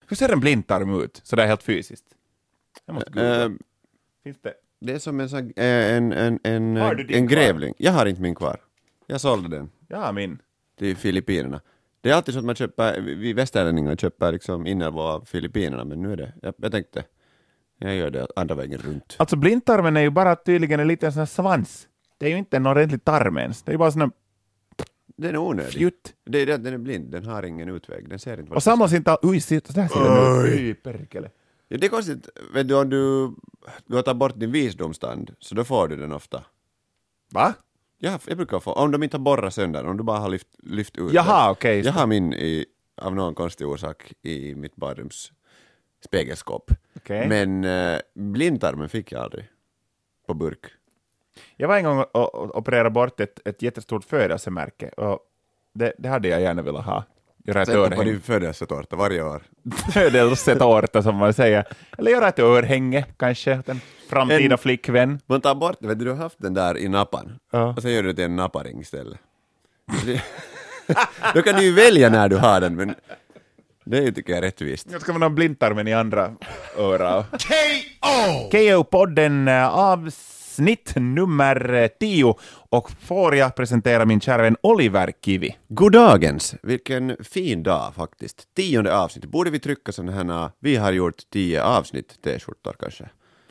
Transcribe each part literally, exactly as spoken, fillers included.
Hur ser en blindtarm ut? Så det är helt fysiskt. Jag måste googla. Uh, Finns det? Det är som en, sån, en, en, en, Har du din en kvar? grävling. Jag har inte min kvar. Jag sålde den Ja, min. till Filippinerna. Det är alltid så att man köper, vi västerlänningar köper liksom inälvor av Filippinerna, men nu är det, jag, jag tänkte, jag gör det andra vägen runt. Alltså blindtarmen är ju bara tydligen en liten sån här svans. Det är ju inte en ordentlig tarm ens. Det är ju bara sån här Den är onödig. fjutt. Det är det att den är blind, den har ingen utväg, den ser inte vad Och samlas inte... Oj, se, där ser den ut. Oj, perkele. Ja, det är konstigt, vet du, om du går ta bort din visdomstand, så då får du den ofta. Va? Ja, jag brukar få, om de inte har borrat sönder, om du bara har lyft, lyft ut Jaha, den. okej. Jag har min i, av någon konstig orsak i mitt badrums spegelskåp. Okej. Men äh, blindtarmen fick jag aldrig på burk. Jag var en gång och, och opererade bort ett, ett jättestort födelsemärke och det, det hade jag gärna velat ha. Göra ett Sätta på örhänge. din födelsetårta varje år. Födelsetårta som man säger. Eller göra ett örhänge kanske, en framtida En- flickvän. Man tar bort, vet du, du har haft den där i nappan. Ja. Och sen gör du det till en napparing istället. Det- Då kan du ju välja när du har den, men det är ju, tycker jag, rättvist. Jag ska man ha blindtarmen i andra öra. K O! K O-podden eh, avsnitt nummer tio. Och får jag presentera min kära vän Oliver Kivi. God dagens, vilken fin dag faktiskt. Tionde avsnitt. Borde vi trycka sådana här, vi har gjort tio avsnitt t-skjortor kanske?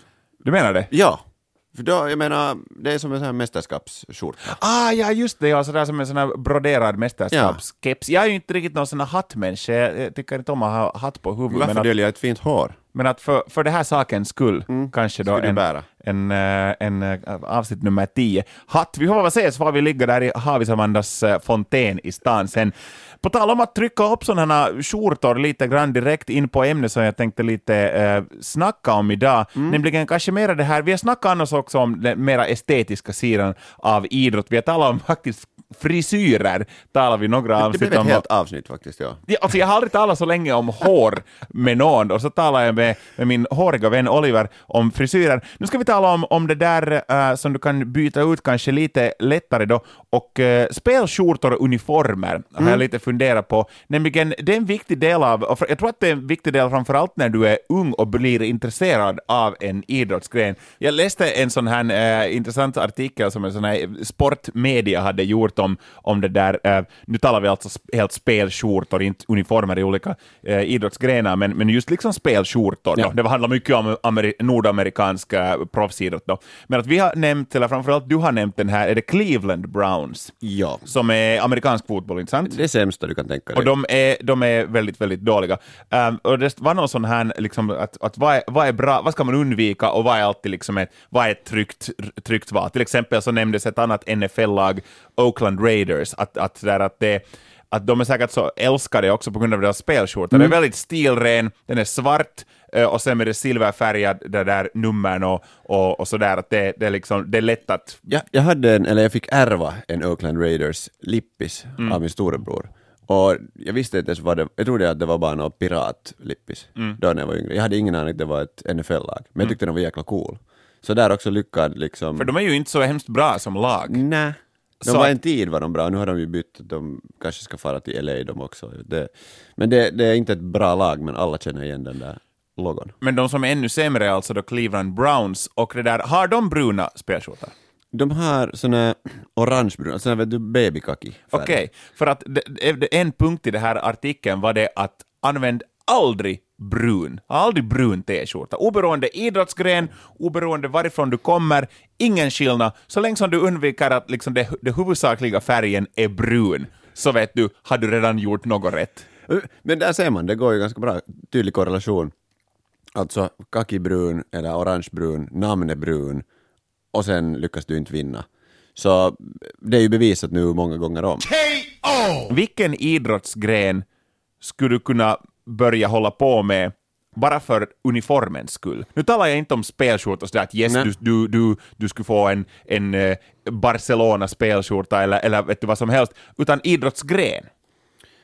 Du menar det? Ja, för då, jag menar, det är som en sån här mästerskapsskjorta. Ah, ja, just det. Ja, sådär som en sån här broderad mästerskapskeps. Jag är ju inte riktigt någon sån här hattmänniska. Jag tycker inte om att ha hatt på huvudet. Varför Men att, dölja ett fint hår? men att för, för det här sakens skull kanske då Skulle du en, bära? en, eh, en, eh, avsnitt nummer tio. Hatt, vi får väl se så får vi ligga där i Havisamandas eh, fontän i stan sen. På tal om att trycka upp sådana här skjortor lite grann direkt in på ämnet som jag tänkte lite eh, snacka om idag. Nämligen kanske mera det här, vi har snackat annars också om den mera estetiska sidan av idrott. Vi har talat om faktiskt frisyrer, talar vi några Det avsnitt blev ett om. helt avsnitt faktiskt, ja. Ja, alltså jag har aldrig talat så länge om hår med någon, och så talar jag med, med min håriga vän Oliver om frisyrer. Nu ska vi tala om, om det där uh, som du kan byta ut kanske lite lättare då, och uh, spelskjortor och uniformer mm. har jag lite funderat på. Nämligen, det är en viktig del av, och jag tror att det är en viktig del framförallt när du är ung och blir intresserad av en idrottsgren. Jag läste en sån här uh, intressant artikel som en sån här sportmedia hade gjort om, om det där, uh, nu talar vi alltså sp- helt spelskjortor, inte uniformer i olika uh, idrottsgrenar, men, men just liksom spelskjortor då. Ja. Det handlar mycket om ameri- nordamerikansk uh, proffsidrott då. Men att vi har nämnt, eller framförallt du har nämnt den här, är det Cleveland Browns, Ja, som är amerikansk fotboll, inte sant? det är sämsta du kan tänka dig. Och de är, de är väldigt, väldigt dåliga. Um, och det var någon sån här, liksom, att, att vad, är, vad är bra, vad ska man undvika och vad är alltid liksom ett, vad är ett tryggt, tryggt val? Till exempel så nämndes ett annat N F L-lag, Oakland Raiders, att, att, där, att, det, att de är säkert så älskade också på grund av deras spelskjortor. Mm. Den är väldigt stilren, den är svart, och sen med det silverfärgad, det där nummern och, och, och sådär, att det, det, är liksom, det är lätt att... Ja, jag hade en, eller jag fick ärva en Oakland Raiders lippis Mm. av min storebror. Och jag visste inte ens vad det, jag trodde att det var bara någon piratlippis Mm. då när jag var yngre. Jag hade ingen aning att det var ett N F L-lag, men jag tyckte den var jäkla cool. Så där också lyckad liksom... För de är ju inte så hemskt bra som lag. Nej. De Så var att- en tid var de bra, nu har de ju bytt, de kanske ska fara till L A de också. Det, men det, det är inte ett bra lag, men alla känner igen den där logon. Men de som är ännu sämre är alltså då Cleveland Browns, och det där, har de bruna spelskjortor? De har såna orangebruna, såna vet du, babykaki. Okej, för att det, det, en punkt i det här artikeln var det att använd aldrig brun, aldrig brun t-skjorta. Oberoende idrottsgren, oberoende varifrån du kommer, ingen skillnad. Så länge som du undviker att liksom det, det huvudsakliga färgen är brun, så vet du, har du redan gjort något rätt. Men där ser man, det går ju ganska bra, tydlig korrelation. Alltså kakibrun eller orangebrun, namn är brun och sen lyckas du inte vinna. Så det är ju bevisat nu många gånger om. K O! Vilken idrottsgren skulle du kunna börja hålla på med bara för uniformens skull? Nu talar jag inte om spelskjortor så att yes, du, du, du, du skulle få en, en uh, Barcelona spelskjorta eller, eller vet du vad som helst, utan idrottsgren.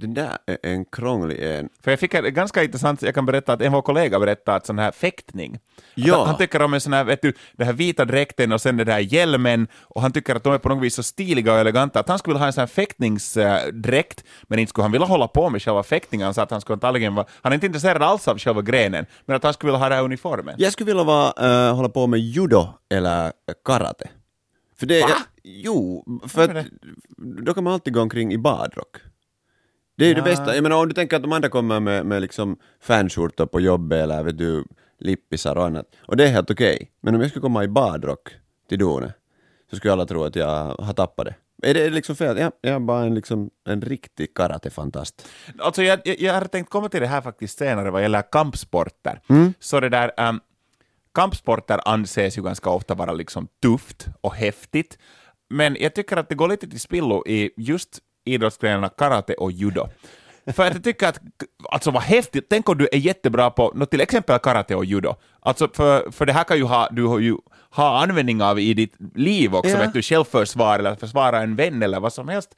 Den där är en krånglig en. För jag fick en ganska intressant, jag kan berätta att en vår kollega berättade att sån här fäktning. Ja. Han, han tycker om en sån här, vet du, den här vita dräkten och sen den där hjälmen, och han tycker att de är på något vis så stiliga och eleganta att han skulle ha en sån här fäktningsdräkt, men inte skulle han vilja hålla på med själva fäktningen, så att han skulle antagligen vara, han är inte intresserad alls av själva grenen, men att han skulle vilja ha den här uniformen. Jag skulle vilja vara, uh, hålla på med judo eller karate. För det, Va? jag, jo, för att då kan man alltid gå omkring i badrock. Det är ju Ja. det bästa. Jag menar, om du tänker att de andra kommer med, med liksom fanskjortor på jobbet eller vet du, lippisar och annat. Och det är helt okej. Okay. Men om jag skulle komma i badrock till Done så skulle alla tro att jag har tappat det. Är det liksom fel? Jag, jag är bara en, liksom, en riktig karatefantast. Alltså jag, jag, jag har tänkt komma till det här faktiskt senare vad gäller kampsporter. Mm. Så det där, um, kampsporter anses ju ganska ofta vara liksom tufft och häftigt, men jag tycker att det går lite till spillo i just idrottsgrenarna karate och judo. För att jag tycker att, alltså vad häftigt, tänk om du är jättebra på no, till exempel karate och judo. Alltså för, för det här kan ju ha, du har ju ha användning av i ditt liv också, Ja. vet du, självförsvar eller försvara en vän eller vad som helst.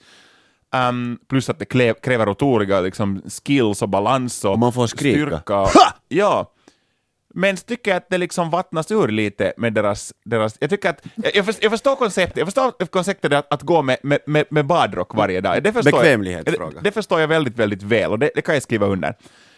Um, plus att det klä, kräver otroliga liksom, skills och balans och, Och man får skrika. styrka. Och, ja. Men så tycker jag att det liksom vattnas ur lite med deras... deras jag tycker att... Jag, jag, förstår, jag förstår konceptet. Jag förstår konceptet att, att gå med, med, med, med badrock varje dag. Det förstår Bekvämlighetsfråga. Jag, det, det förstår jag väldigt, väldigt väl och det, det kan jag skriva under.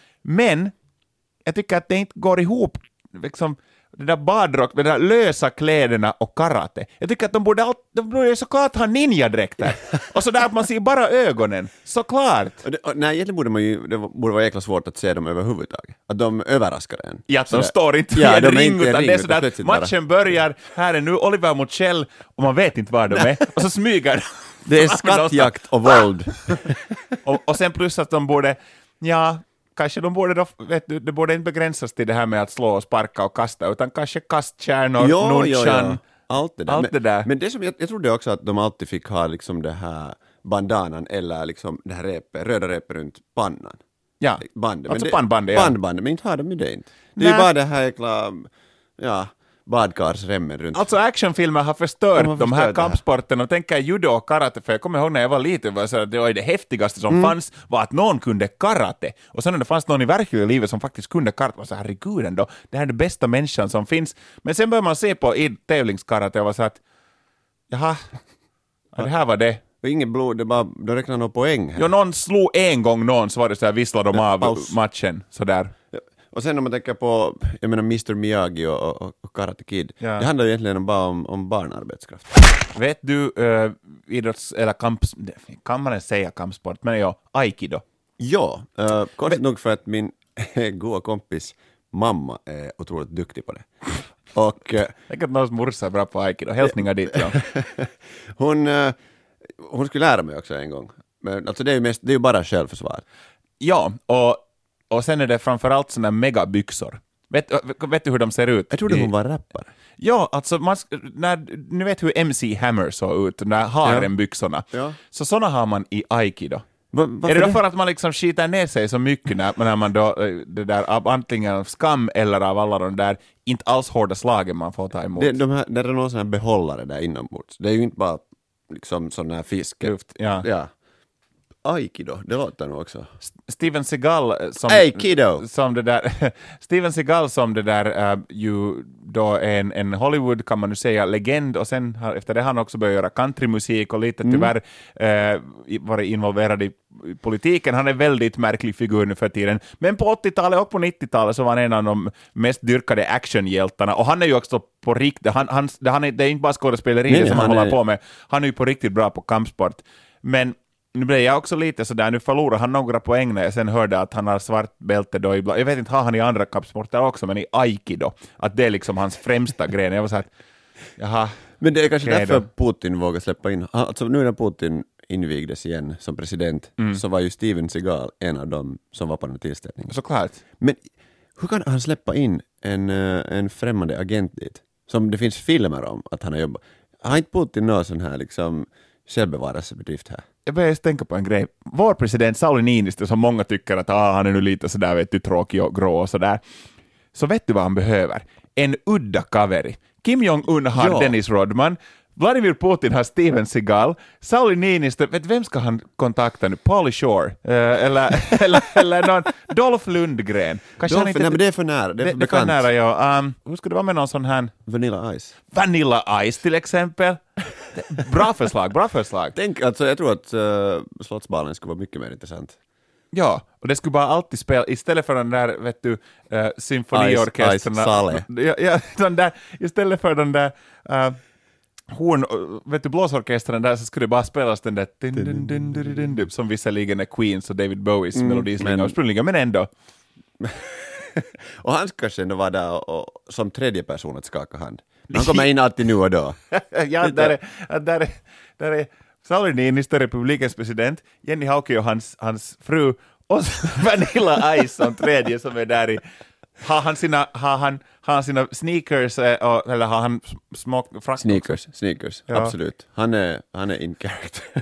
Men jag tycker att det inte går ihop liksom... Det där badrock, med de där lösa kläderna och karate. Jag tycker att de borde, all, de borde såklart ha ninjadräkter. Och så där att man ser bara ögonen. Såklart. Och det, och, nej, egentligen borde man ju, det borde vara jäkla svårt att se dem överhuvudtaget. Att de överraskar en. Ja, de Sådär. står inte Ja, i en de är ring, inte i en utan ring, det är utan sådär att plötsligt bara. matchen börjar, här är nu Oliver mot Kjell, och man vet inte var de är, och så smyger de. Det är skattjakt och våld. och, och sen plus att de borde, ja, kanske de borde då, vet du, det borde inte begränsas till det här med att slå och sparka och kasta, utan kanske kastkärnor, Jo, jo, nunchan, jo. Allt det där. allt men, det där. Men det som jag, jag trodde också att de alltid fick ha liksom det här bandanan eller liksom det här repet, röda repet runt pannan. Ja, Bandet. alltså det, pannbandet, ja. Pannbandet, men inte har de ju det inte. Det är Nej. ju bara det här jäkla, ja, badkarsremmen runt. Alltså actionfilmer har förstört De har de här förstört det här. kampsporterna, och tänker judo och karate, för jag kommer ihåg när jag var liten, var så att det var det häftigaste som Mm. fanns var att någon kunde karate, och sen när det fanns någon i verkliga livet som faktiskt kunde karate, var så herregud ändå, det här är det bästa människan som finns. Men sen börjar man se på i tävlingskarate och var så att jaha, ja, det här var det. Och inget blod, det bara, då räknar någon poäng här. Jo, någon slog en gång någon, så var det så här, visslade de av paus. matchen sådär. Ja. Och sen om man tänker på, jag menar mister Miyagi och, och, och Karate Kid, Ja. det handlar ju egentligen bara om, om barnarbetskraft. Vet du, uh, idrotts, eller kamps, kan man ens säga kampsport, men ja, aikido. Ja, uh, konstigt nog för att min goda kompis mamma är otroligt duktig på det. Och uh, Tänk att någons morsa är bra på aikido, hälsningar dit. Ja. hon, uh, hon skulle lära mig också en gång. Men alltså det är ju, mest, det är ju bara självförsvar. Ja, och, och sen är det framförallt såna megabyxor. Vet, vet du hur de ser ut? Jag trodde I- hon var rappare. Ja, alltså man, sk- när, ni vet hur M C Hammer såg ut, de där harembyxorna. Ja. Så såna har man i aikido. Va, varför Är det då det? för att man liksom skiter ner sig så mycket när, när man då, eh, det där, av antingen av skam eller av alla de där inte alls hårda slagen man får ta emot? Det, de här, det är någon sån här behållare där inombords. Det är ju inte bara liksom sån här fisk. Luft, ja. Ja. Aikido, det låter nog också. Steven Seagal som, Aikido! som det där Steven Seagal som det där uh, ju då är en, en Hollywood, kan man nu säga, legend, och sen har, efter det har han också börjat göra countrymusik och lite tyvärr uh, varit involverad i politiken. Han är en väldigt märklig figur nu för tiden, men på åttiotalet och på nittiotalet så var han en av de mest dyrkade actionhjältarna, och han är ju också på riktigt, han, han, han är, det är inte bara skådespeleri Nej, som han, han håller är- på med, han är ju på riktigt bra på kampsport. Men nu blev jag också lite sådär, nu förlorar han några poäng när jag sen hörde att han har svart bälte då ibland. Jag vet inte, har han i andra kampsporter också, men i aikido, att det är liksom hans främsta gren. Jag var såhär, jaha. Men det är kanske Okej därför då. Putin vågar släppa in. Alltså nu när Putin invigdes igen som president Mm. så var ju Steven Seagal en av dem som var på den här tillställningen. Såklart. Men hur kan han släppa in en, eh, en främmande agent dit? Som det finns filmer om att han har jobbat. Har inte Putin någon sån här liksom självbevarelsebedrift här? Jag började just tänka på en grej. Vår president Sauli Niinistö, som många tycker att ah, han är nu lite sådär, vet du, tråkig och grå och sådär. Så vet du vad han behöver? En udda kaveri. Kim Jong-Un har Ja. Dennis Rodman. Vladimir Putin har Steven Seagal. Sauli Niinistö, vet vem ska han kontakta nu? Pauly Shore? Uh, eller, eller, eller någon Dolph Lundgren? Kanske Dolph, inte, nej, men det är för nära. Det är för det, bekant. Det är för nära, ja. Um, hur skulle det vara med någon sån här... Vanilla Ice. Vanilla Ice till exempel. Bra förslag, bra förslag. Tänk, alltså, jag tror att uh, Slottsbalen skulle vara mycket mer intressant. Ja, och det skulle bara alltid spela, istället för den där, vet du, uh, symfoniorkestrarna. Ice, Ice, ja, ja, den där, istället för den där uh, horn, vet du, blåsorkestern där, så skulle det bara spelas den där din, din, din, din, din, din, som visserligen är Queens och David Bowies mm, melodislinga ursprungligen, men ändå. Och han ska kanske ändå vara där och, och som tredje person att skaka hand. Han kommer in alltid nu och då. Ja, där är, där är, där är Sauli Niinistö, republikens president, Jenny Hauki och hans, hans fru, och Vanilla Ice som tredje som är där i. Har han sina, har han, har han sina sneakers, och, eller har han smock, frack Sneakers, sneakers, ja. Absolut. Han är, han är in character.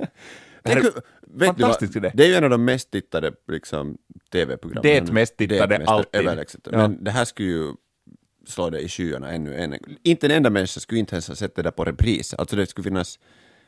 Det är fantastiskt det. Det är ju en av de mest tittade liksom, tv-programmen. Det är ett mest tittade alltid. Ja. Men det här skulle ju slå det i skyarna ännu en. Inte en enda människa skulle inte ens ha sett det där på repris. Alltså det skulle finnas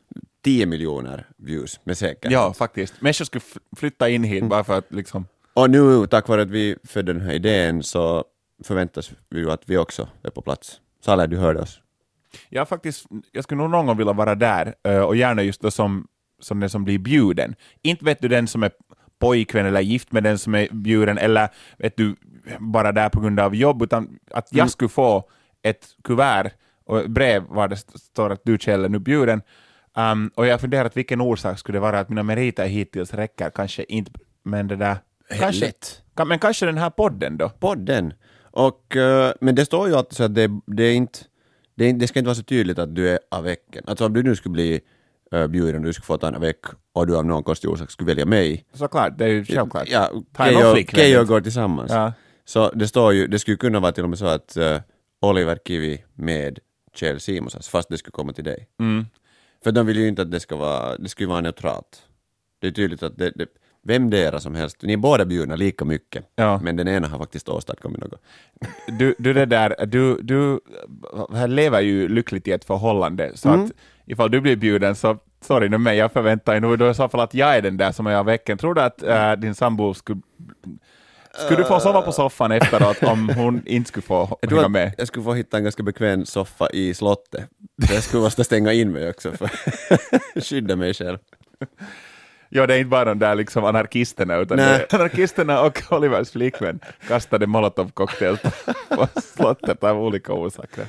tio miljoner views med säkerhet. Ja, faktiskt. Människor skulle flytta in hit mm. bara för att liksom... Och nu, tack vare att vi födde den här idén, så förväntas vi ju att vi också är på plats. Salla, du hörde oss. Ja, faktiskt, jag skulle nog någon gång vilja vara där, och gärna just då som, som den som blir bjuden. Inte vet du den som är pojkvän eller gift med den som är bjuden, eller vet du bara där på grund av jobb, utan att jag mm. skulle få ett kuvert och brev var det står att du, Kjell, är nu bjuden. Um, och jag har funderat vilken orsak skulle det vara att mina meriter hittills räcker, kanske inte, men det där... Kanske, lätt. Kan, men kanske den här podden då? Podden. Och, uh, men det står ju alltid så att det, det är inte... Det, är, det ska inte vara så tydligt att du är av vecken. Alltså om du nu skulle bli uh, bjuden och du skulle få ta en veck och du av någon konstig orsak skulle välja mig. Såklart, det är ju självklart. Ja, Keyyo går tillsammans. Ja. Så det står ju, det skulle kunna vara till och med så att uh, Oliver Kivi med Kjell Simonsas, fast det skulle komma till dig. Mm. För de vill ju inte att det ska vara, det skulle vara neutralt. Det är tydligt att det, det vem det är som helst, ni är båda bjudna lika mycket, ja. Men den ena har faktiskt åstadkommit något. Du, du det där, du, du här lever ju lyckligt i ett förhållande, så mm. att ifall du blir bjuden så, sorry nu, men jag förväntar nog då i så fall att jag är den där som är av veckan. Tror du att äh, din sambo skulle, skulle du få sova på soffan efteråt om hon inte skulle få jag hänga med? Jag skulle få hitta en ganska bekväm soffa i slottet. Jag skulle måste stänga in mig också för att skydda mig själv. Ja, det är inte bara de där liksom anarkisterna, utan det är anarkisterna och Olivers flickvän kastade molotov-cocktail på slottet av olika orsaker.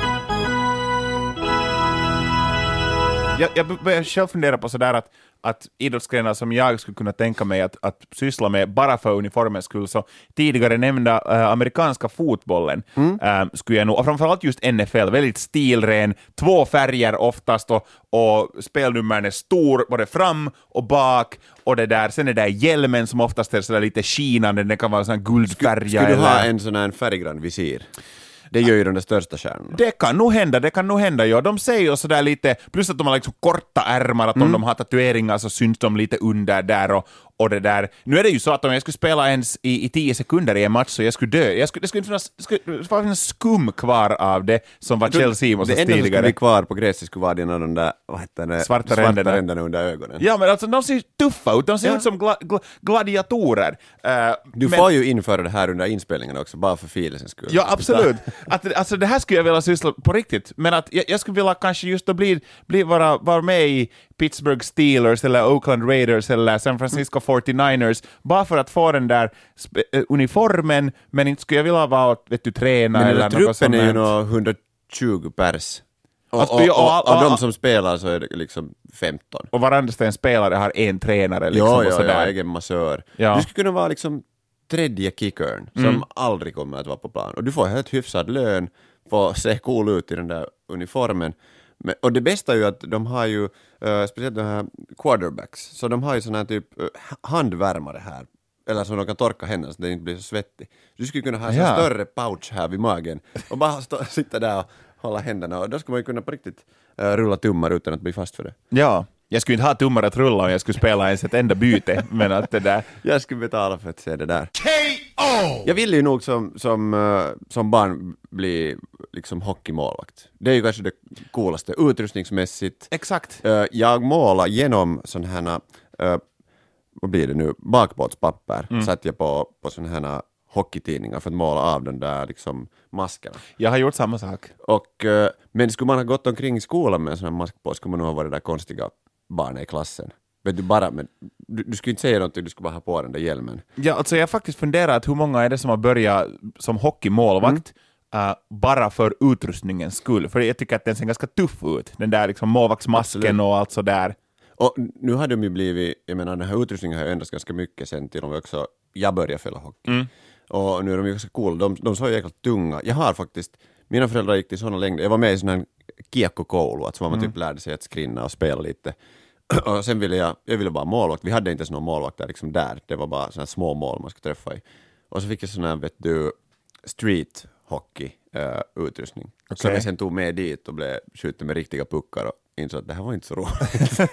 Jag, jag börjar själv fundera på sådär att, att idrottsgrenar som jag skulle kunna tänka mig att, att syssla med bara för uniformens skull, så tidigare nämnda äh, amerikanska fotbollen mm. äh, skulle jag nog, och framförallt just N F L, väldigt stilren, två färger oftast, och, och spelnummern är stor både fram och bak, och det där, sen är det där hjälmen som oftast är sådär lite skinande, den kan vara sån guldfärg. Skulle, skulle du ha en sån här färggrann visir? Det gör ju de största stjärnorna. Det kan nog hända, det kan nog hända, ja. De säger ju sådär lite, plus att de har liksom korta ärmar, att mm. om de har tatueringar så syns de lite under där och, och det där. Nu är det ju så att om jag skulle spela ens i, i tio sekunder i en match så jag skulle dö. Jag skulle, det skulle finnas, skulle, det skulle finnas skum kvar av det som var Chelsea Simons tidigare. Det enda som skulle bli kvar på gräset skulle vara dina de där, vad heter det, svarta, svarta ränderna. ränderna under ögonen. Ja, men alltså de ser tuffa ut, de ser ja. ut som gla, gla, gladiatorer. Uh, du men, får ju införa det här under inspelningen också, bara för filens skull. Ja, absolut. Att, alltså det här skulle jag vilja syssla på riktigt, men att jag, jag skulle vilja kanske just då bli, bli vara, vara med i Pittsburgh Steelers eller Oakland Raiders eller San Francisco fyrtionioers, bara för att få den där spe- uniformen, men inte skulle jag vilja vara, vet du, träna men eller något sånt. Men truppen är ju nog hundratjugo pers. Och, alltså, och, och, och, och och, de som spelar så är det liksom femton. Och varandra en spelare har en tränare liksom. Ja, och ja, sådär. ja, egen massör. Ja. Du skulle kunna vara liksom tredje kickern som mm. aldrig kommer att vara på plan. Och du får helt hyfsad lön, får se cool ut i den där uniformen. Men, och det bästa är ju att de har ju, uh, speciellt de här quarterbacks, så de har ju sådana här typ uh, handvärmare här, eller så de kan torka händerna så det inte blir så svettig. Du skulle kunna ha en ja. större pouch här vid magen och bara stå, sitta där och hålla händerna, och då skulle man ju kunna på riktigt uh, rulla tummar utan att bli fast för det. Ja, jag skulle inte ha tummar att rulla om jag skulle spela ens ett enda byte, men att det där... Jag skulle betala för att se det där. K O! Jag ville ju nog som, som, uh, som barn bli liksom hockeymålvakt. Det är ju kanske det coolaste utrustningsmässigt. Exakt. Uh, jag målar genom sån här, uh, vad blir det nu, bakbåtspapper mm. satt jag på, på sån här hockeytidningar för att måla av den där liksom maskerna. Jag har gjort samma sak. Och, uh, men skulle man ha gått omkring i skolan med en sån här mask på, skulle man nog ha varit där konstiga barnen i klassen. Vet du, bara, men, du, du skulle inte säga någonting, du skulle bara ha på den där hjälmen. Ja, alltså jag har faktiskt funderat hur många är det som har börjat som hockeymålvakt mm. uh, bara för utrustningens skull. För jag tycker att den ser ganska tuff ut. Den där liksom målvaktsmasken Absolut. Och allt så där. Och nu har de ju blivit, jag menar den här utrustningen har ju ändrats ganska mycket sen till och med också, jag började följa hockey. Mm. Och nu är de ju ganska cool, de, de så jäkla tunga. Jag har faktiskt, mina föräldrar gick till sådana längder, jag var med i sån här kiekko-koulu, alltså var man mm. typ lärde sig att skrinna och spela lite. Och sen ville jag, jag ville bara målvakt, vi hade inte ens någon målvakt där, liksom där, det var bara såna här små mål man skulle träffa i. Och så fick jag sån här, vet du, street hockey uh, utrustning. Okay. Som jag sen tog med dit och blev skjuten med riktiga puckar och insåg att det här var inte så roligt.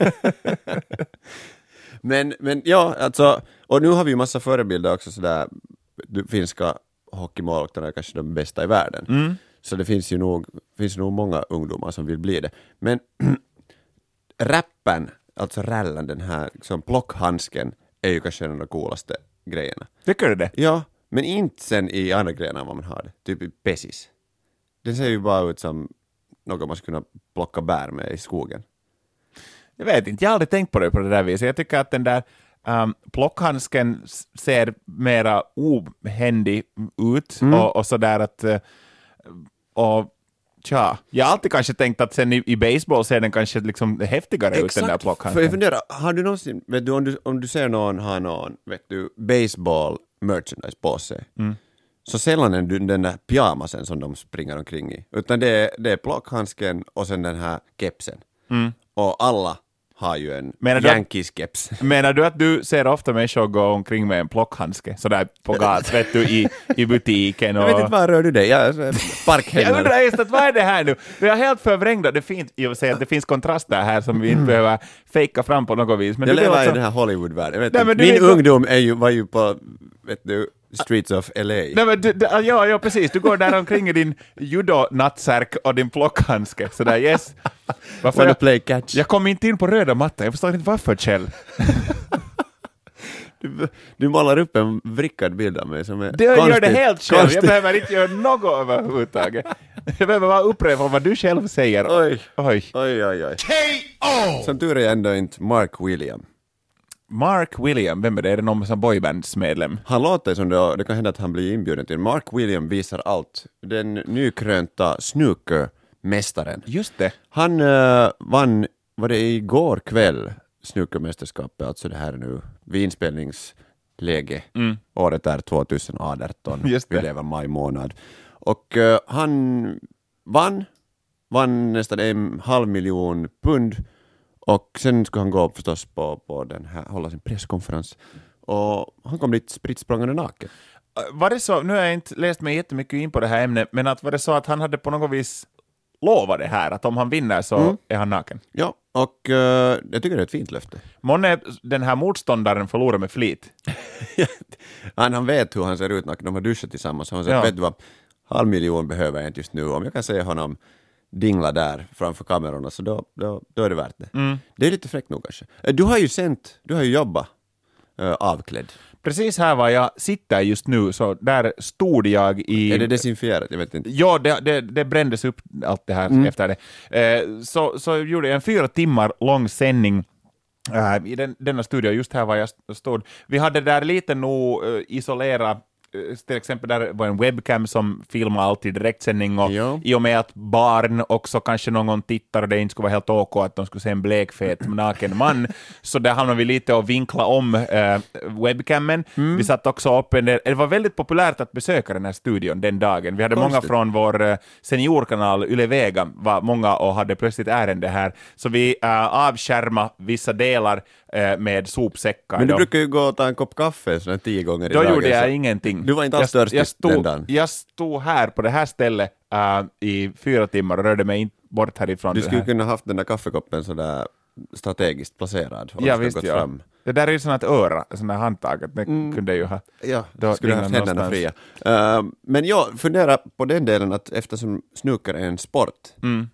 men, men ja, alltså, och nu har vi ju massa förebilder också sådär, du, finska hockeymålvakterna är kanske de bästa i världen. Mm. Så det finns ju nog, finns nog många ungdomar som vill bli det. Men rappen, alltså rallen, den här liksom, plockhandsken är ju kanske en av de coolaste grejerna. Tycker du det? Ja, men inte sen i andra grejerna vad man har det. Typ i pesis. Den ser ju bara ut som något man skulle kunna plocka bär med i skogen. Jag vet inte, jag har aldrig tänkt på det på det där viset. Jag tycker att den där um, plockhandsken ser mera ohändig ut mm. och, och sådär att uh, och tja, jag har alltid kanske tänkt att sen i, i baseball ser den kanske liksom häftigare Exakt. Ut den där plockhandsken. För jag funderar, har du någonsin, vet du, om du, om du ser någon ha någon, vet du, baseball merchandise på sig, mm. så sällan är det den där pyjamasen som de springer omkring i, utan det är, det är plockhandsken och sen den här kepsen. Mm. Och alla har ju en Yankees-keps. Menar du att du ser ofta människor gå omkring med en plockhandske sådär på gat, vet du, i, i butiken? Och... Jag vet inte, var rör du dig? Jag, jag undrar just att vad är det här nu? Det är helt förvrängda. Det finns, jag vill säga att det finns kontraster här som vi inte mm. behöver fejka fram på något vis. Men jag det lever också... i den här Hollywood-världen. Nej, min ungdom är ju, var ju på, vet du, streets of L A. Nej, men du, du, ja, ja, precis. Du går där omkring i din judo-nattsärk och din plockhandske. Sådär, yes. Varför jag, play catch. Jag kom inte in på röda mattan. Jag förstår inte varför, Kjell. du, du målar upp en vrickad bild av mig som är det konstigt. Gör det helt själv. Konstigt. Jag behöver inte göra något överhuvudtaget. Jag behöver bara upprepa vad du själv säger. Oj, oj, oj, oj. oj. K O! Som tur är ändå inte Mark William. Mark William, vem är det? Är det någon som boybandsmedlem? Han låter som det, det kan hända att han blir inbjuden till. Mark William visar allt. Den nykrönta snookermästaren. Just det. Han uh, vann, var det igår kväll, snookermästerskapet, alltså det här nu, vid inspelningsläge. Mm. Året är tjugoarton. Just det. Vi lever maj månad. Och uh, han vann, vann nästan en halv miljon pund. Och sen skulle han gå upp förstås på, på den här, hålla sin presskonferens. Och han kom dit spritt språngande naken. Var det så, nu har jag inte läst mig jättemycket in på det här ämnet, men att var det så att han hade på något vis lovat det här, att om han vinner så mm. är han naken? Ja, och uh, jag tycker det är ett fint löfte. Månne den här motståndaren förlorar med flit. han, han vet hur han ser ut naken, de har duschat tillsammans. Han säger, ja. Vet du vad, halv miljon behöver jag inte just nu. Om jag kan säga honom dingla där framför kamerorna, så då, då, då är det värt det. Mm. Det är lite fräckt nog kanske. Du har ju sänt, du har ju jobbat uh, avklädd. Precis här var jag sitter just nu, så där stod jag i... Är det desinfierat? Jag vet inte. Ja, det, det, det brändes upp allt det här mm. efter det. Uh, så, så gjorde jag en fyra timmar lång sändning uh, i den, denna studio, just här var jag stod. Vi hade där lite nog uh, isolera till exempel där var en webcam som filmar alltid direktsändning och ja. I och med att barn också kanske någon tittar och det inte skulle vara helt ok att de skulle se en blekfet naken man, så där hamnade vi lite och vinkla om äh, webcamen. Mm. Vi satt också upp en del, det var väldigt populärt att besöka den här studion den dagen. Vi hade Konstigt. många från vår äh, seniorkanal Yle Vega, var många och hade plötsligt ärende här, så vi äh, avskärma vissa delar äh, med sopsäckar. Men du då. brukar ju gå och ta en kopp kaffe sådär tio gånger i då dagen. Då gjorde jag så. ingenting. Du var inte alls törstig den dagen. Jag stod här på det här stället uh, i fyra timmar och rörde mig inte bort härifrån. Du skulle kunna haft den där kaffekoppen sådär strategiskt placerad. Och Ja, ska visst, gått ja. fram. Det där är ju sånt öra, sån här handtag, att det mm. kunde ju ha... Ja, då skulle ha haft händerna någonstans. fria. Uh, men jag funderar på den delen att eftersom snooker är en sport Mm.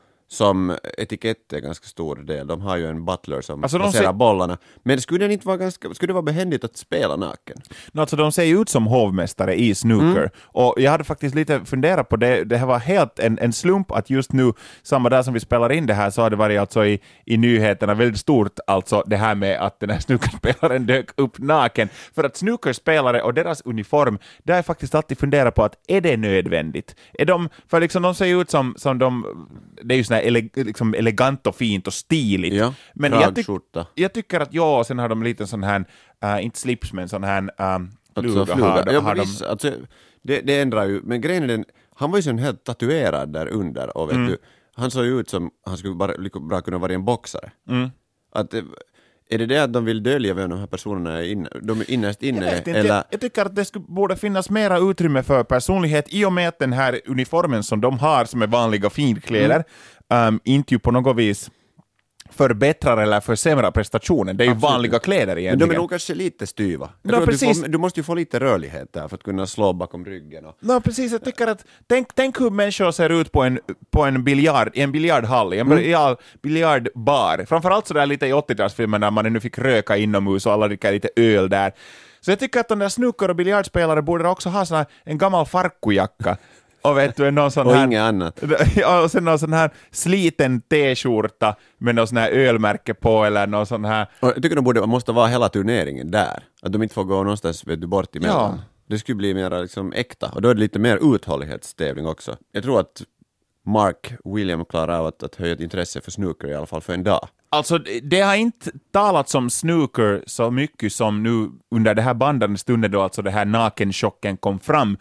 som etikett är ganska stor del. De har ju en butler som alltså, placerar ser... bollarna. Men skulle det inte vara ganska, skulle det vara behändigt att spela naken? No, alltså, de ser ju ut som hovmästare i snooker. Mm. Och jag hade faktiskt lite funderat på det. Det här var helt en, en slump att just nu, samma dag som vi spelar in det här, så har det varit alltså i, i nyheterna väldigt stort, alltså det här med att den här snookerspelaren dök upp naken. För att snookerspelare och deras uniform, det har jag faktiskt alltid funderat på att är det nödvändigt? Är de, för liksom de ser ju ut som, som de, det är ju sån här ele, liksom elegant och fint och stiligt. Ja, men jag, tyck, jag tycker att ja, sen har de lite sån här, uh, inte slips men sån här um, fluga. Alltså, fluga. Har, ja, har visst, de... alltså, det, det ändrar ju, men grejen är den, han var ju så helt tatuerad där under och vet mm. du, han såg ju ut som han skulle bara lika bra kunna vara en boxare. Mm. Att, är det det att de vill dölja vem de här personerna är inne, de är innerst inne? Jag, inte, eller... jag, jag tycker att det skulle, borde finnas mera utrymme för personlighet i och med att den här uniformen som de har som är vanliga finkläder mm. um, inte ju på något vis förbättrar eller försämrar prestationen. Det är ju Absolut. vanliga kläder egentligen. Men de är nog kanske lite styva. Ja, du, precis. får, du måste ju få lite rörlighet där för att kunna slå bakom ryggen. Och... Ja, precis. Jag tycker att, tänk, tänk hur människor ser ut på en, på en biljard, i en biljardhall, i en mm. biljardbar. Framförallt så där lite i åttiotalsfilmen när man ännu fick röka inomhus och alla dricker lite öl där. Så jag tycker att de där snooker- och biljardspelare borde också ha såna, en gammal farkujacka. Och vet du, någon sån och här, inget annat. Och sen någon sån här sliten t-skjorta med någon sån här ölmärke på eller någon sån här... Och jag tycker de borde, måste vara hela turneringen där. Att de inte får gå någonstans vet du, bort emellan. Ja. Det skulle bli mer liksom äkta. Och då är det lite mer uthållighetstävling också. Jag tror att Mark William klarar av att, att höja ett intresse för snooker i alla fall för en dag. Alltså, det har inte talats om snooker så mycket som nu under det här bandande stunden då alltså det här nakenchocken kom fram.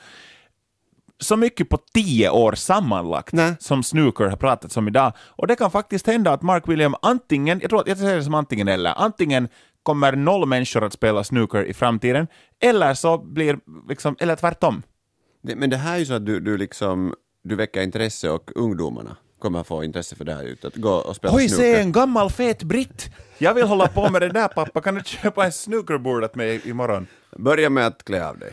Så mycket på tio år sammanlagt Nej. som snooker har pratats om idag. Och det kan faktiskt hända att Mark William antingen, jag tror att jag säger det som antingen eller, antingen kommer noll människor att spela snooker i framtiden, eller så blir liksom, eller tvärtom. Det, men det här är ju så att du, du liksom, du väcker intresse och ungdomarna kommer att få intresse för det här ut, att gå och spela Oj, snooker. Oj, se en gammal fet britt! Jag vill hålla på med det där, pappa. Kan du köpa en snookerboard åt mig imorgon? Börja med att klä av dig.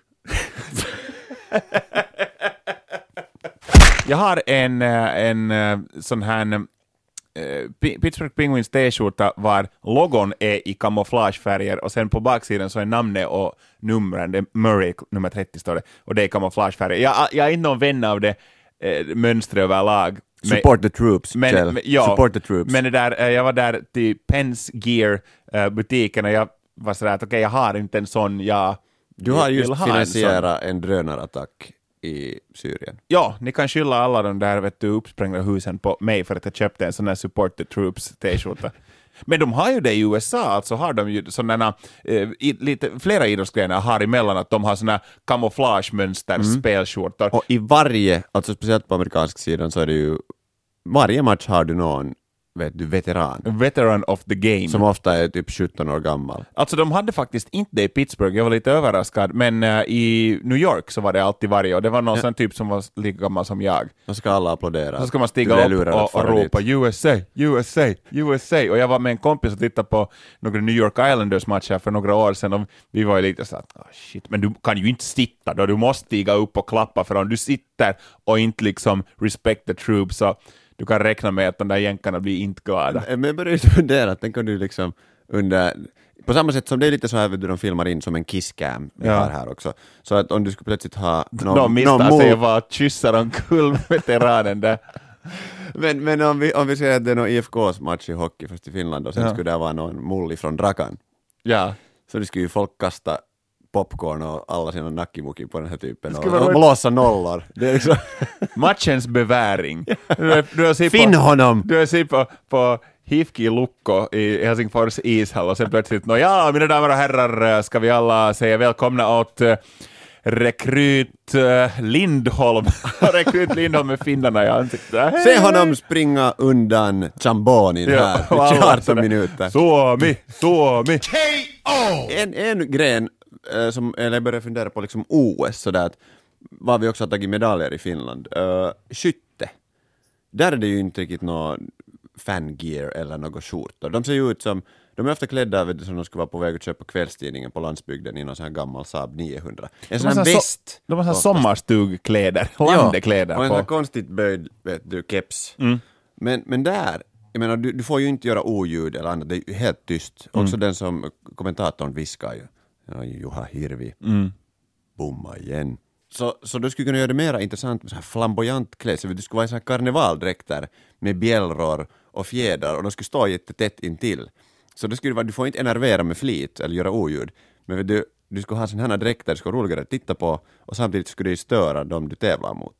Jag har en, en sån här uh, Pittsburgh Penguins t-skjorta var logon är i kamouflagefärger och sen på baksidan så är namnet och numren, det är Murray nummer trettio står det, och det är kamouflagefärger. Jag, jag är inte någon vän av det eh, mönstret överlag. Support the troops, men, men, ja, Support the troops. Men det där, jag var där till Penn's Gear uh, butiken och jag var sådär att okej, okay, jag har inte en sån, jag Du har just ha finansierat en, en drönarattack i Syrien. Ja, ni kan skylla alla de där vet du, uppsprängda husen på mig för att jag köpte en sån här Support the Troops t-skjorta. Men de har ju det i U S A, alltså har de ju sådana, eh, i, lite, flera idrottsgrenar har emellan att de har sådana kamouflagemönster, mm. spelskjortor. Och i varje, alltså speciellt på amerikansk sidan så är det ju, varje match har du någon vet du, veteran. Veteran of the game. Som ofta är typ sjutton år gammal. Alltså de hade faktiskt inte det i Pittsburgh, jag var lite överraskad, men uh, i New York så var det alltid varje, och det var någon ja. sån typ som var lika gammal som jag. Då ska alla applådera. Så ska man stiga upp och, och ropa dit. U S A, U S A, U S A. Och jag var med en kompis och tittade på några New York Islanders matcher för några år sedan och vi var ju lite så att, oh shit, men du kan ju inte sitta då, du måste stiga upp och klappa för om du sitter och inte liksom respect the troops så du kan räkna med att de där jänkarna blir inte glada. Men jag började fundera att den kan du liksom under, på samma sätt som det är lite så här vet du, de filmar in som en kisscam vi ja. har här också. Så att om du skulle plötsligt ha någon, de misstar någon sig bara att kyssa omkull veteranen där. men men om, vi, om vi säger att det är någon I F K:s match i hockey fast i Finland och sen ja. skulle det vara någon mulli från Drakan. Ja. Så det skulle ju folk kasta popcorn och alla sina nakimuki på den här typen och, och blåsa nollor. Det är liksom matchens beväring. Du, du har Finn på, honom! Du har sett på, på Hifki Lukko i Helsingfors ishall och sen plötsligt, no, ja, mina damer och herrar, ska vi alla säga välkomna åt uh, rekryt uh, Lindholm. rekryt Lindholm med finnarna i ansiktet. Se honom springa undan Chambonin ja, här i arton minuter. Suomi, Suomi. K O! En, en gren som, eller jag börjar fundera på liksom O S sådär att vad vi också har tagit medaljer i Finland. Uh, skytte. Där är det ju inte riktigt någon fangear eller något skjortor. De ser ju ut som, de är ofta klädda vet du, som de skulle vara på väg att köpa kvällstidningen på landsbygden i någon sån här gammal Saab niohundra. En sån här väst. De har så sommarstugkläder, landekläder. Ja, och en sån här på. konstigt böjd, vet du, keps. Mm. Men, men där, jag menar, du, du får ju inte göra oljud eller annat, det är ju helt tyst. Mm. Också den som kommentatorn viskar ju. Ja, Juha Hirvi. Mm. Bomma igen. Så, så du skulle kunna göra det mer intressant med så här flamboyant klädsel. Du skulle vara i så här karnevaldräkter med bjällror och fjädrar och de skulle stå jättetätt intill. Så det skulle vara, du får inte enervera med flit eller göra oljud. Men du, du skulle ha sådana här dräkter, det skulle vara roligare att titta på och samtidigt skulle det störa dem du tävlar mot.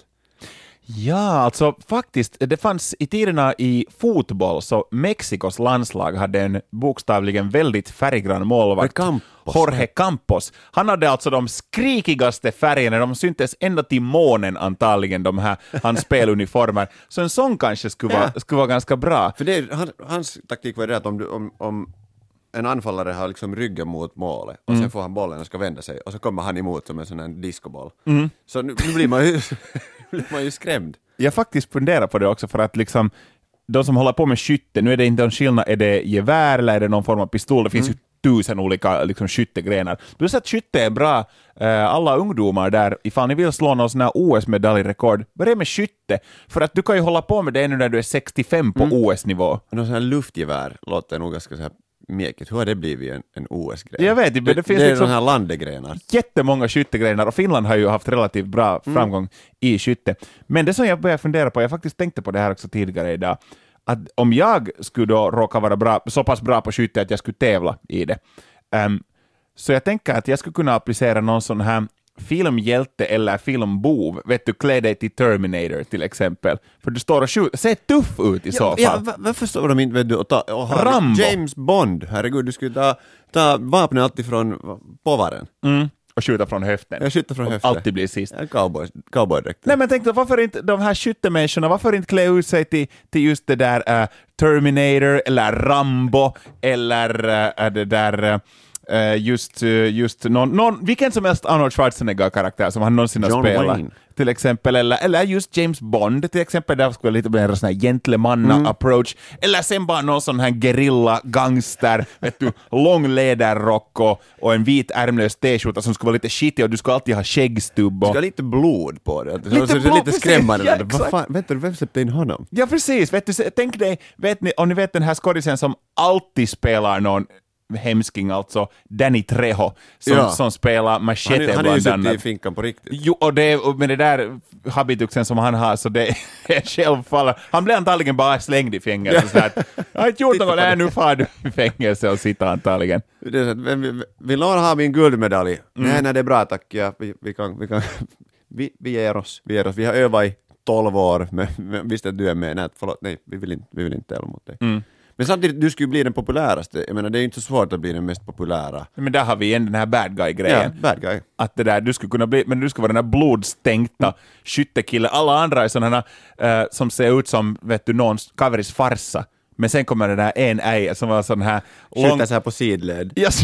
Ja, alltså faktiskt, det fanns i tiderna i fotboll så Mexikos landslag hade en bokstavligen väldigt färggrann målvakt. Campos. Jorge Campos. Han hade alltså de skrikigaste färgerna, de syntes ända till månen antagligen, de här, hans speluniformer. Så en sån kanske skulle vara, skulle vara ganska bra. För det, han, hans taktik var det att om, du, om, om en anfallare har liksom ryggen mot målet och mm. sen får han bollen och ska vända sig och så kommer han emot som en sån här discoboll. Mm. Så nu, nu blir man ju, blir man ju skrämd. Jag faktiskt funderar på det också för att liksom de som håller på med skytte, nu är det inte en skillnad, är det gevär eller är det någon form av pistol? Det finns mm. ju tusen olika liksom, skyttegrenar. Du har sett skytte är bra. Alla ungdomar där, ifall ni vill slå någon sån här O S-medaljrekord, börja med skytte. För att du kan ju hålla på med det ännu när du är sextiofem på mm. O S-nivå. Och någon sån här luftgevär låter nog ganska så här meket. Hur har det blivit en, en O S-grej? Jag vet, det, det, det finns det är liksom de här landegrenar. Jättemånga skyttegrenar och Finland har ju haft relativt bra framgång mm. i skytte. Men det som jag började fundera på, jag faktiskt tänkte på det här också tidigare idag, att om jag skulle då råka vara bra, så pass bra på skytte att jag skulle tävla i det. Um, så jag tänker att jag skulle kunna applicera någon sån här filmhjälte eller filmbov, vet du, klä dig till Terminator till exempel, för du står och skjuter, ser tuff ut i ja, så fall. Ja, va, varför står de inte, vet du, och ta, och ha Rambo. James Bond, herregud, du skulle ta, ta vapnet alltid från påvaren. Mm. Och skjuta från höften. Jag skjuter från höften. Alltid blir sist. Ja, cowboy, cowboydräkter. Nej, men tänk då, varför inte de här skyttemänniskorna, varför inte klä ut sig till, till just det där uh, Terminator eller Rambo eller uh, det där uh, just, uh, just någon, någon, vilken som helst Arnold Schwarzenegger-karaktär som han någonsin har John spelat. Wayne. Till exempel, eller, eller just James Bond till exempel, där skulle lite mer sån här gentlemanna-approach, mm. eller sen bara någon sån här gerilla-gangster, vet du, lång läderrock och, och en vit ärmlös t-skjorta som skulle vara lite skitig och du skulle alltid ha skäggstubb. Du ska ha lite blod på det. Lite, så, blod, lite skrämmande. Ja, vad fan, vet du, vem släppte in honom? Ja, precis. Vet du, tänk dig, vet ni, om ni vet den här skådisen som alltid spelar någon hemsking, alltså Danny Trejo som, ja. som spelar Machete bland annat. Han är ju suttit i finkan på riktigt. Jo, och det, och med det där habituxen som han har, så det är självfallet. Han blir antagligen bara slängd i fängelse. Så att, jag har inte gjort något, nej, nu får du i fängelse och sitta antagligen. Det är så att, vill, vill någon ha min guldmedalj? Mm. Nej, nej, det är bra, tack. Ja, vi, vi kan, vi kan, vi, vi ger oss, vi ger oss. Vi har övat i tolv år, men, men visst att du är med. Nej, förlåt, nej, vi vill inte, vi vill inte tävla mot dig. Mm. Men samtidigt, du skulle bli den populäraste. Jag menar, det är inte så svårt att bli den mest populära. Men där har vi igen den här bad guy-grejen. Ja, bad guy. Att det där, du skulle kunna bli, men du skulle vara den här blodstänkta mm. skyttekille. Alla andra är sådana här, uh, som ser ut som, vet du, någon kaveris farsa. Men sen kommer det där en äge som var sån här... Lång... Skjuta så här på sidled. Ja,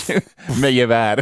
med gevär.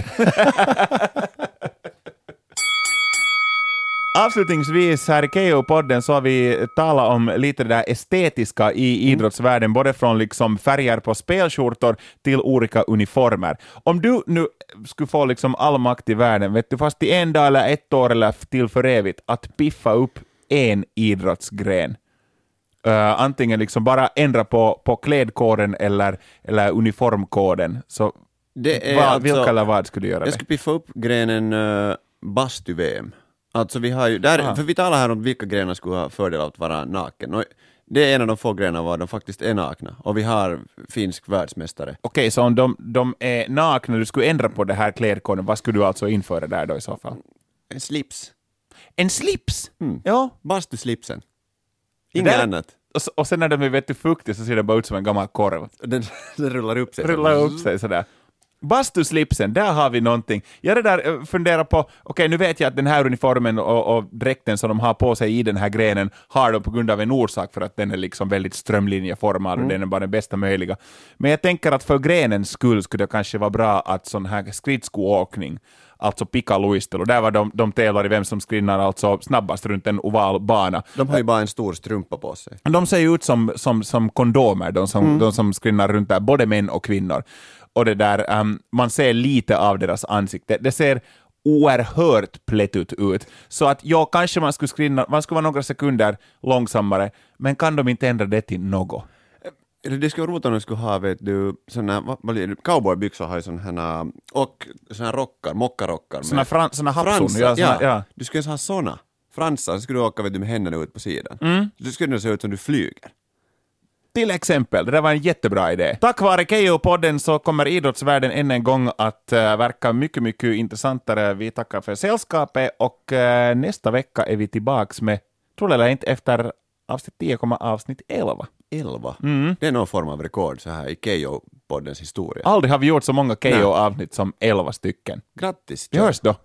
Avslutningsvis här i K O-podden så har vi talat om lite det där estetiska i idrottsvärlden, både från liksom färger på spelskjortor till olika uniformer. Om du nu skulle få liksom all makt i världen, vet du, fast i en dag eller ett år eller till för evigt, att piffa upp en idrottsgren. Uh, antingen liksom bara ändra på, på klädkoden eller, eller uniformkoden. Så det är vad, alltså, vilka eller vad skulle du göra? Jag skulle piffa upp grenen uh, bastu-V M. Alltså vi har ju, där, för vi talar här om vilka grenar skulle ha fördel av att vara naken. Och det är en av de få grenar var de faktiskt är nakna. Och vi har finsk världsmästare. Okej, okay, så om de, de är nakna, du skulle ändra på det här klädkoden, vad skulle du alltså införa där då i så fall? En slips. En slips? Mm. Ja. Bastu-slipsen. Inget där, annat. Och, och sen när de är vet du, fuktiga så ser det bara ut som en gammal korv. Den, den rullar upp sig. Rullar upp sig sådär. Bastuslipsen, där har vi någonting. Jag där funderar på, okej okay, nu vet jag att den här uniformen och, och dräkten som de har på sig i den här grenen har de på grund av en orsak för att den är liksom väldigt strömlinjeformad mm. och den är bara den bästa möjliga. Men jag tänker att för grenens skull skulle det kanske vara bra att sån här skridskoåkning, alltså pikaluistelu. Där var de, de tävlar i vem som skrinnar alltså snabbast runt en oval bana. De har ju bara en stor strumpa på sig. De ser ju ut som, som, som kondomer, de som, mm. de som skrinnar runt där, både män och kvinnor. Och det där, um, man ser lite av deras ansikte. Det ser oerhört plättigt ut. Så att ja, kanske man skulle skrinna, man skulle vara några sekunder långsammare, men kan de inte ändra det till något? Det skulle vara roligt om de skulle ha, vet du, såna, vad, vad blir det? Cowboybyxor har ju såna, och såna rockar, mockarockar. Såna, fran, såna hapson. Ja, såna, ja. ja. Du skulle ha såna. Fransar, så skulle du åka vet du, med händerna ut på sidan. Mm. Du skulle se ut som du flyger. Till exempel, det där var en jättebra idé. Tack vare Keyyo-podden så kommer idrottsvärlden än en gång att uh, verka mycket, mycket intressantare. Vi tackar för sällskapet och uh, nästa vecka är vi tillbaks med, tror eller inte, efter avsnitt tio kommer avsnitt elva. elva? Mm. Det är någon form av rekord så här i Keyyo-poddens historia. Aldrig har vi gjort så många Keyyo-avsnitt som elva stycken. Grattis! Vi hörs då.